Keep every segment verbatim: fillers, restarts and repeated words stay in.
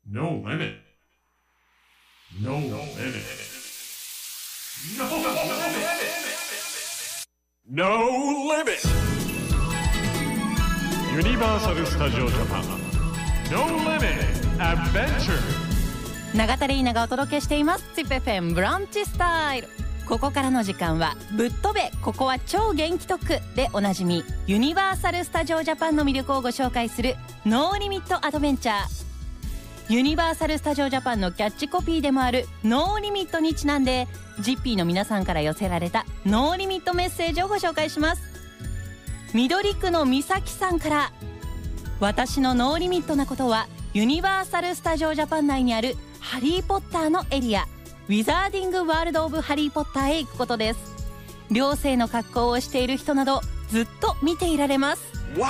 No limit. No limit. No limit. No limit. ユニバーサル・スタジオ・ジャパン No Limit Adventure。 永田玲奈がお届けしています ジップエフエム ブランチスタイル。ここからの時間はぶっ飛べここは超元気特でおなじみユニバーサル・スタジオ・ジャパンの魅力をご紹介するノーリミット・アドベンチャー。ユニバーサル・スタジオ・ジャパンのキャッチコピーでもあるノーリミットにちなんで、ジッピーの皆さんから寄せられたノーリミットメッセージをご紹介します。緑区の美咲さんから、私のノーリミットなことはユニバーサル・スタジオ・ジャパン内にあるハリー・ポッターのエリア、ウィザーディング・ワールド・オブ・ハリー・ポッターへ行くことです。寮生の格好をしている人などずっと見ていられます。 Wow!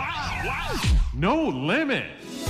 No limit。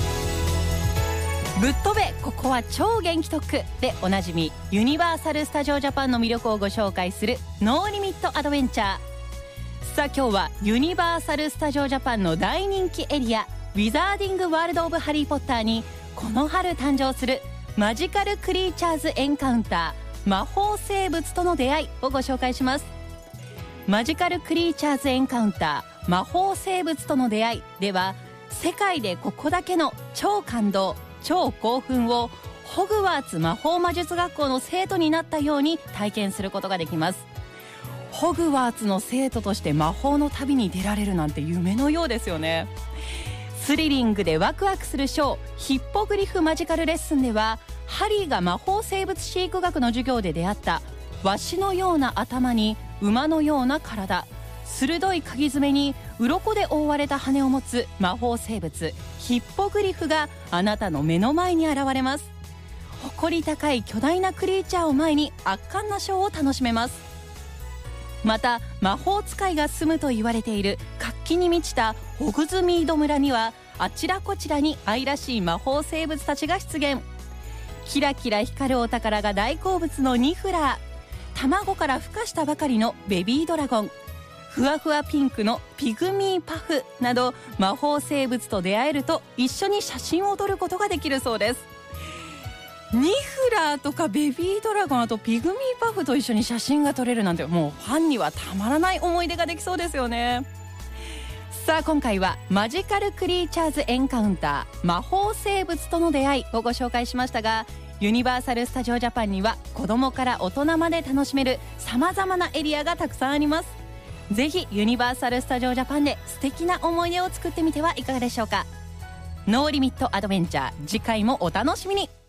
ぶっ飛べここは超元気特でおなじみユニバーサル・スタジオ・ジャパンの魅力をご紹介するノーリミット・アドベンチャー。さあ今日はユニバーサル・スタジオ・ジャパンの大人気エリアウィザーディング・ワールド・オブ・ハリー・ポッターにこの春誕生するマジカル・クリーチャーズ・エンカウンター魔法生物との出会いをご紹介します。マジカル・クリーチャーズ・エンカウンター魔法生物との出会いでは、世界でここだけの超感動超興奮をホグワーツ魔法魔術学校の生徒になったように体験することができます。ホグワーツの生徒として魔法の旅に出られるなんて夢のようですよね。スリリングでワクワクするショーヒッポグリフマジカルレッスンでは、ハリーが魔法生物飼育学の授業で出会ったワシのような頭に馬のような体、鋭い鍵爪に鱗で覆われた羽を持つ魔法生物ヒッポグリフがあなたの目の前に現れます。誇り高い巨大なクリーチャーを前に圧巻なショーを楽しめます。また魔法使いが住むと言われている活気に満ちたホグズミード村には、あちらこちらに愛らしい魔法生物たちが出現。キラキラ光るお宝が大好物のニフラー、卵から孵化したばかりのベビードラゴン、ふわふわピンクのピグミーパフなど、魔法生物と出会えると一緒に写真を撮ることができるそうです。ニフラーとかベビードラゴン、あとピグミーパフと一緒に写真が撮れるなんて、もうファンにはたまらない思い出ができそうですよね。さあ今回はマジカルクリーチャーズエンカウンター魔法生物との出会いをご紹介しましたが、ユニバーサル・スタジオ・ジャパンには子供から大人まで楽しめるさまざまなエリアがたくさんあります。ぜひユニバーサル・スタジオ・ジャパンで素敵な思い出を作ってみてはいかがでしょうか。ノーリミット・アドベンチャー、次回もお楽しみに。